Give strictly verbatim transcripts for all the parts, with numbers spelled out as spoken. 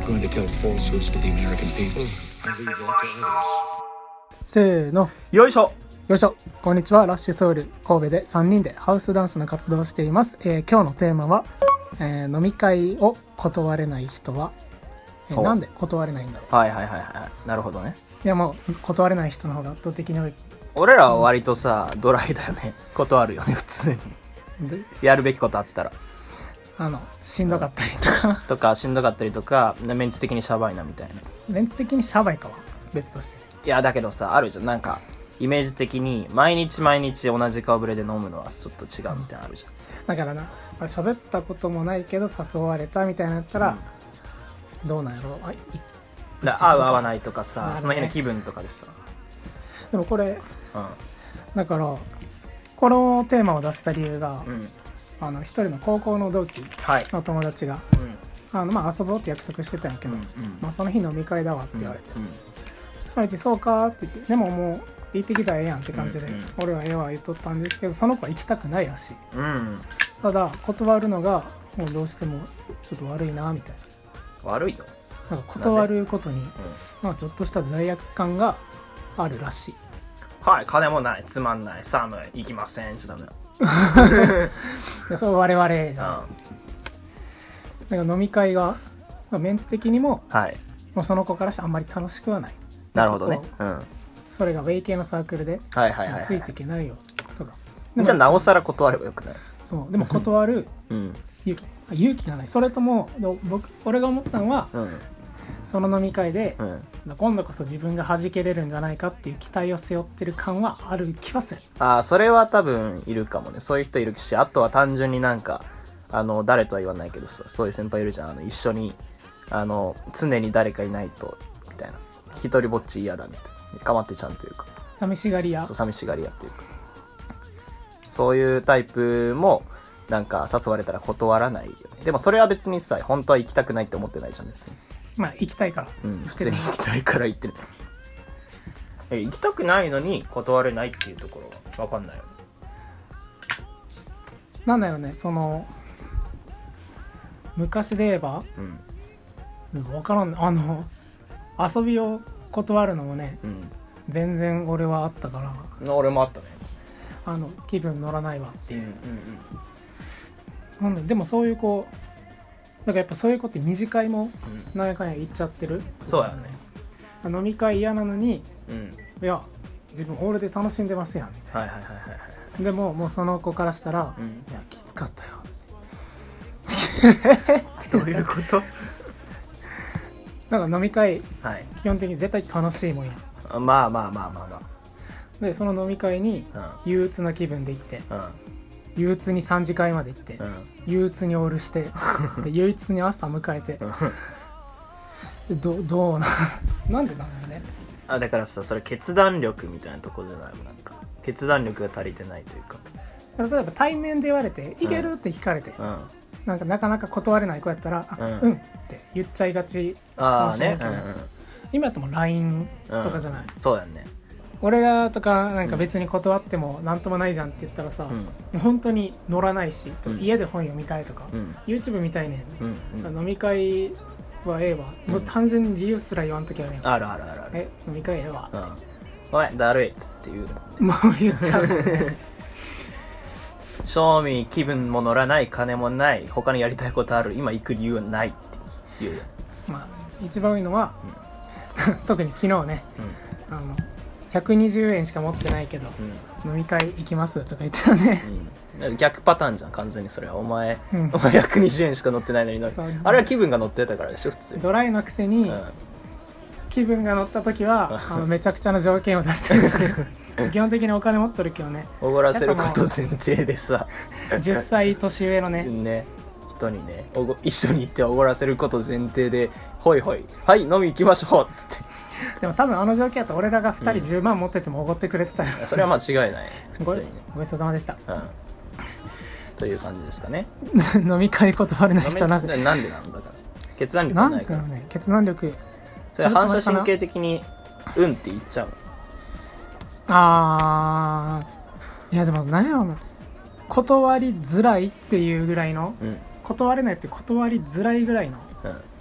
going to tell falsehoods to the American people. I leave that to others. せーの、 よいしょよいしょ。こんにちは。ラッシュソウル神戸でさんにんでハウスダンスの活動をしています。えー、今日のテーマは、えー、飲み会を断れない人は、えー、なんで断れないんだろう。 はいはいはいはいなるほどね。 いやもう断れない人の方が圧倒的に多い。 俺らは割とさ、うん、ドライだよね。断るよね普通に。やるべきことあったらあのしんどかったりとか、 うん、とかしんどかったりとかメンツ的にシャバいなみたいな。 メンツ的にシャバいかは別として、ね、 いやだけどさあるじゃん、なんかイメージ的に毎日毎日同じ顔ぶれで飲むのはちょっと違うみたいなのあるじゃん。 だからな、喋ったこともないけど誘われたみたいなのやったら、うん、どうなんやろう。あいだ合う合わないとかさ、ね、その日の気分とかでさ。 でもこれ、うん、だからこのテーマを出した理由が、うん、あの一人の高校の同期の友達が、はい、あのまあ、遊ぼうって約束してたんやけど、うんうん、まあ、その日飲み会だわって言われて、うんうん、あれてそうかって言って、でももう行ってきたらええやんって感じで、うんうん、俺はええわ言っとったんですけど、その子は行きたくないらしい、うん、ただ断るのがもうどうしてもちょっと悪いなみたいな。悪いよ。 なんか断ることに、うん、なんかちょっとした罪悪感があるらしい。 はい、金もない、つまんない、寒い、行きませんちょっとダメそう我々じゃん、うん、だから飲み会が、まあ、メンツ的にも、はい、もうその子からしてあんまり楽しくはない。 なるほどね、うん、 それがウェイ系のサークルで、はいはいはいはい、ついていけないよとか。 じゃあなおさら断ればよくない？ そうでも断る勇気、うん、勇気がない。それとも僕俺が思ったのは、うん、その飲み会で、うん、今度こそ自分が弾けれるんじゃないかっていう期待を背負ってる感はある気はする。 ああ、それは多分いるかもね。そういう人いるし、あとは単純になんかあの誰とは言わないけどさ、そういう先輩いるじゃん。あの一緒にあの常に誰かいないとみたいな、一人ぼっち嫌だみたいな、かまってちゃんというか寂しがり屋。 そう寂しがり屋っていうか、そういうタイプもなんか誘われたら断らないよね。でもそれは別にさ、本当は行きたくないって思ってないじゃん別に。 まあ行きたいから、 うん、普通に行きたいから行ってる。え行きたくないのに断れないっていうところは分かんないよね。 なんだろうね、その昔で言えば、うん、分からん。あの遊びを断るのもね、うん、全然俺はあったから。 俺もあったね。 あの気分乗らないわっていう、うんうんうん、なんででもそういうこうだからやっぱそういう子って二次会も何やかんや行っちゃってる、 うん、そうやね。 飲み会嫌なのに、うん、いや自分ホールで楽しんでますやんみたいな、はいはいはいはい、でももうその子からしたら、うん、いやきつかったよってどういうことなんか飲み会、はい、基本的に絶対楽しいもんや。 まあまあまあまあまあ。 でその飲み会に憂鬱な気分で行って、うん、憂鬱にさんじかいまで行って、うん、憂鬱にオールして憂鬱に朝迎えてど, どうななんでなんだよね。 あだからさ、それ決断力みたいなところじゃないもん。なんか決断力が足りてないというか、 例えば対面で言われていけるって聞かれて、うん、なんかなかなか断れない子やったらあ、うん、うんって言っちゃいがちかもしれないけど、ねうんうん、今やっても ライン とかじゃない、 うん、そうやね。俺らとかなんか別に断ってもなんともないじゃんって言ったらさ、うん、本当に乗らないし、うん、家で本読みたいとか、うん、YouTube 見たいね、うんうん、飲み会はええわ、うん、もう単純に理由すら言わんときはね、 あるあるあるある、 え飲み会ええわ、うん、 ごめんだるいっつって言うのもう言っちゃう正味気分も乗らない、金もない、他にやりたいことある、今行く理由はないって言うよ。 まあ一番多いのは、うん、特に昨日ね、うん、あのひゃくにじゅうえんしか持ってないけど、うん、飲み会行きますとか言ってたね、 うん、逆パターンじゃん完全にそれは。お前、うん、お前ひゃくにじゅうえんしか乗ってないのに、あれは気分が乗ってたからでしょ普通。 ドライのくせに、うん、気分が乗った時はあのめちゃくちゃな条件を出したりする基本的にお金持ってるけどね、 おごらせること前提でさじゅっさい年上のねね人にねおご一緒に行っておごらせること前提でほいほいはい飲み行きましょうっつって。 でも多分あの条件だと俺らがふたりじゅうまん持っててもおごってくれてたよ、 うん、それは間違いない普通にね。 ごちそうさまでした、 うん、という感じですかね飲み会断れない人はなぜなんでなのだから決断力がないから。 なんですかね、決断力。 それ反射神経的にうんって言っちゃうの。 あーいやでも何やろうな、断りづらいっていうぐらいの、うん、断れないって断りづらいぐらいの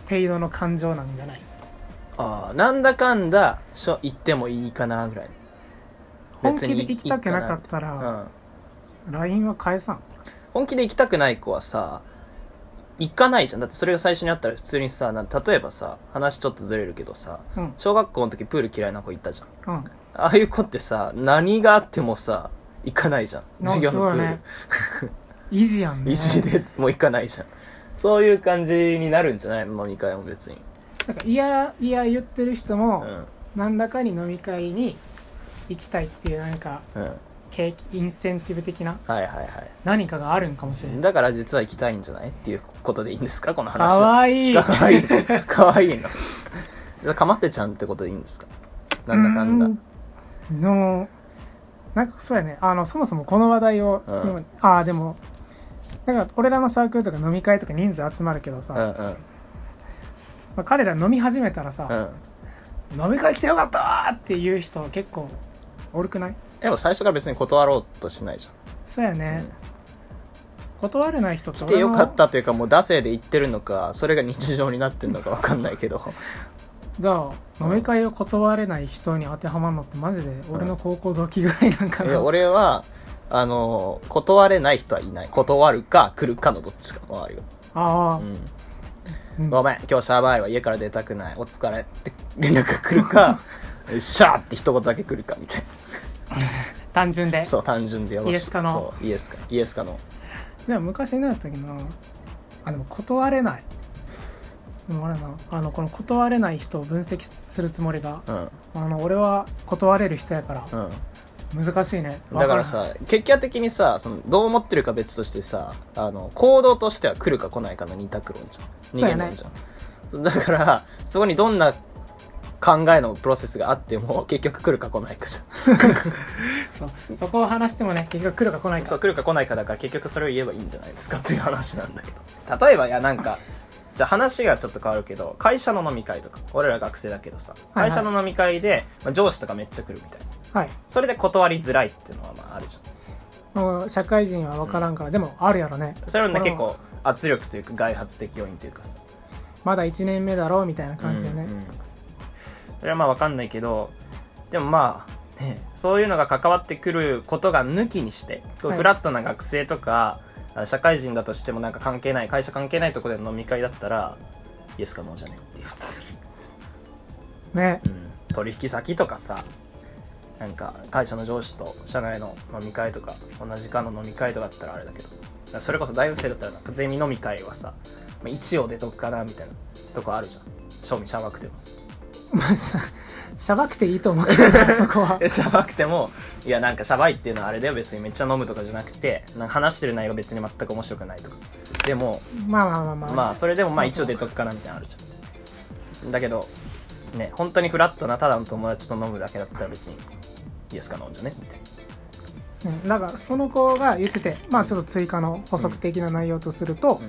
程度の感情なんじゃない？ ああ、なんだかんだしょ行ってもいいかなぐらい。 本気で行きたくなかったら、うん、ライン は返さん。 本気で行きたくない子はさ行かないじゃん。だってそれが最初にあったら普通にさ、な例えばさ、話ちょっとずれるけどさ、うん、小学校の時プール嫌いな子いたじゃん、うん、ああいう子ってさ、何があってもさ行かないじゃん、授業のプール、ね、 意地やんね。 意地でもう行かないじゃん。そういう感じになるんじゃないの、飲み会も別に。 なんかいやいや言ってる人も、うん、何らかに飲み会に行きたいっていうなんか、うん、景気インセンティブ的な何かがあるんかもしれない。 だから実は行きたいんじゃないっていうことでいいんですか、この話は。 かわいいかわいいかわいいのじゃあかまってちゃんってことでいいんですか、なんだかんだの。なんかそうやね、あのそもそもこの話題を、うん、ああでもなんか俺らのサークルとか飲み会とか人数集まるけどさ、うんうん、まあ、彼ら飲み始めたらさ、うん、飲み会来てよかったっていう人結構おるくない？ でも最初から別に断ろうとしないじゃん。 そうやね、うん、断れない人って来てよかったというか、もう惰性で言ってるのか、それが日常になってるのか分かんないけどだから飲み会を断れない人に当てはまるのってマジで俺の高校同期ぐらいなんかな、うん、いや俺はあの断れない人はいない。断るか来るかのどっちかもあるよ。 ああ、 うん、ごめん今日シャバいわ、家から出たくない、お疲れって連絡が来るかシャーって一言だけ来るかみたいな単純で、 そう単純でよろしい。 イエスかの、 そうイエスかイエスかの。 でも昔のやったけどな、あでも断れない、でもあれな、あのこの断れない人を分析するつもりが、うん、あの俺は断れる人やから、うん、難しいね。 だからさ、結果的にさ、そのどう思ってるか別としてさ、あの行動としては来るか来ないかの二択論じゃん、逃げ論じゃん。そうやね、だからそこにどんな考えのプロセスがあっても結局来るか来ないかじゃんそう、そこを話してもね結局来るか来ないか。 そう来るか来ないかだから結局それを言えばいいんじゃないですかっていう話なんだけど、例えばいやなんかじゃあ話がちょっと変わるけど、会社の飲み会とか、俺ら学生だけどさ、会社の飲み会で、まあ、上司とかめっちゃ来るみたいな、はい、それで断りづらいっていうのはまああるじゃん。もう社会人は分からんから、うん、でもあるやろね。 それはね結構圧力というか外発的要因というかさ、 まだいちねんめだろうみたいな感じでね、うんうん、 それはまあ分かんないけど、でもまあね、そういうのが関わってくることが抜きにして、はい、フラットな学生とか社会人だとしてもなんか関係ない、会社関係ないところでの飲み会だったらイエスかノーじゃねっていう普通にね、 うん、取引先とかさ、なんか会社の上司と社内の飲み会とか同じ間の飲み会とかだったらあれだけど、それこそ大学生だったらなんかゼミ飲み会はさ、まあ、一応出とくかなみたいなとこあるじゃん、賞味シャバくてもさまあシャバくていいと思うけどそこはシャバくても、いやなんかシャバいっていうのはあれだよ、別にめっちゃ飲むとかじゃなくて、なんか話してる内容が別に全く面白くないとか、でもまあまあまあまあまあそれでもまあ一応出とくかなみたいなのあるじゃん。だけどね、本当にフラットなただの友達と飲むだけだったら別にイエスかノーじゃねみたいな、うん、だからその子が言ってて、まあちょっと追加の補足的な内容とすると、うん、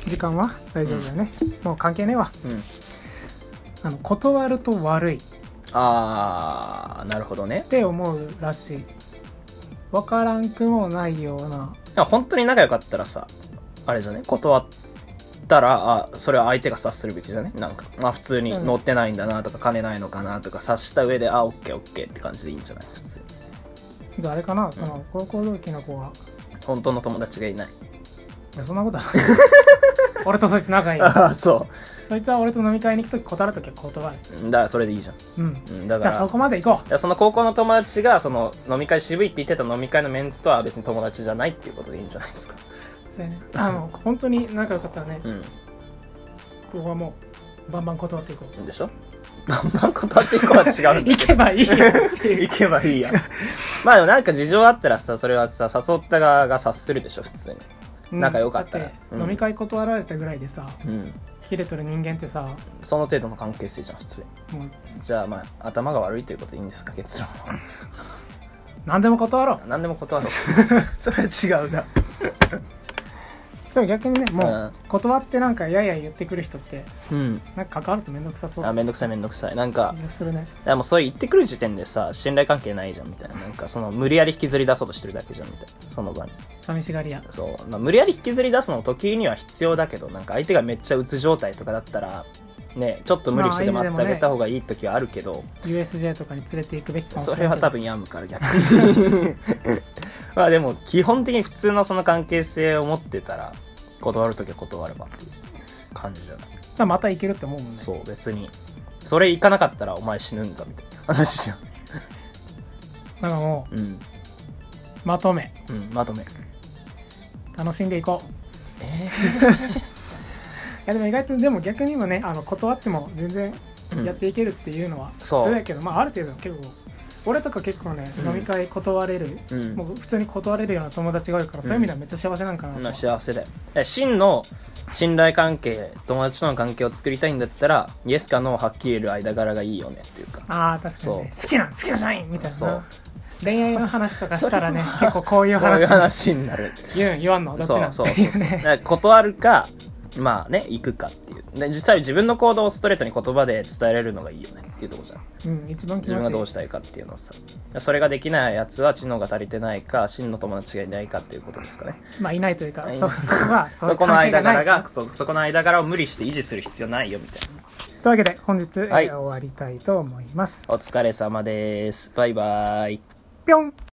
時間は大丈夫だよね、うん、もう関係ねえわ、うん、あの断ると悪い、 あーなるほどねって思うらしい。分からんくもないような。 いや本当に仲良かったらさ、あれじゃね、断ったらあそれは相手が察するべきじゃね。なんかまあ普通に乗ってないんだなとか、うん、金ないのかなとか察した上で、あオッケーオッケーって感じでいいんじゃない普通に。 誰かな、その高校同期の子は本当の友達がいない。 いやそんなことはない俺とそいつ仲いい。 ああそう。 そいつは俺と飲み会に行くとき断るときは断る。 だからそれでいいじゃん。 うん。うん、だからじゃあそこまで行こう。 いやその高校の友達がその飲み会渋いって言ってた飲み会のメンツとは別に友達じゃないっていうことでいいんじゃないですか。 そうやね。あの本当に仲良かったらね。うん。ここはもうバンバン断っていこう。 でしょ。バンバン断っていこうは違うんだ。 行けばいいよ。 行けばいいや。まあでもなんか事情あったらさ、それはさ誘った側が察するでしょ普通に。仲良かったら、だって飲み会断られたぐらいでさ、うん、切れとる人間ってさ、 その程度の関係性じゃん普通に。もうじゃあまあ頭が悪いということでいいんですか結論は。 何でも断ろう。 何でも断ろう。それは違うな。 でも逆にねもう断ってなんかやや言ってくる人ってうんなんか関わるとめんどくさそう。 あめんどくさいめんどくさいなんかするね。 でもそう言ってくる時点でさ信頼関係ないじゃんみたいななんかその無理やり引きずり出そうとしてるだけじゃんみたいなその場に寂しがりやそう、まあ、無理やり引きずり出すの時には必要だけどなんか相手がめっちゃうつ状態とかだったらねちょっと無理してで待ってあげた方がいい時はあるけど、まあね、 ユーエスジェー とかに連れて行くべきかもしれない。 それは多分病むから逆にまあでも基本的に普通のその関係性を持ってたら断るときは断ればっていう感じじゃない。 だまた行けるって思うもんね。 そう別にそれ行かなかったらお前死ぬんだみたいな話じゃん。 だからもう、うん、まとめ、 うん、まとめ楽しんでいこう。 えー、いやでも意外とでも逆にもねあの断っても全然やっていけるっていうのは、うん、そうやけどまあある程度結構俺とか結構ね、うん、飲み会断れる、うん、もう普通に断れるような友達が多いから、うん、そういう意味ではめっちゃ幸せなんかなと、 うん、幸せだよ。真の信頼関係友達との関係を作りたいんだったらイエスかノーはっきり言える間柄がいいよねっていうか。 ああ確かに、ね、好きな好きなじゃんみたいな。そう恋愛の話とかしたらね結構こういう話こういう話になる。 言う言わんのどっちなんそうそうそうそうだから断るかまあね行くかっていうで実際自分の行動をストレートに言葉で伝えれるのがいいよねっていうところじゃん、 うん、一番気持ちいい。 自分がどうしたいかっていうのをさそれができないやつは知能が足りてないか真の友達がいないかっていうことですかね。 まあいないというかそ, そこがそこの間柄が そ, そこの間柄を無理して維持する必要ないよみたいな。 というわけで本日、はい、終わりたいと思います。 お疲れ様です。バイバイ。 ぴょん。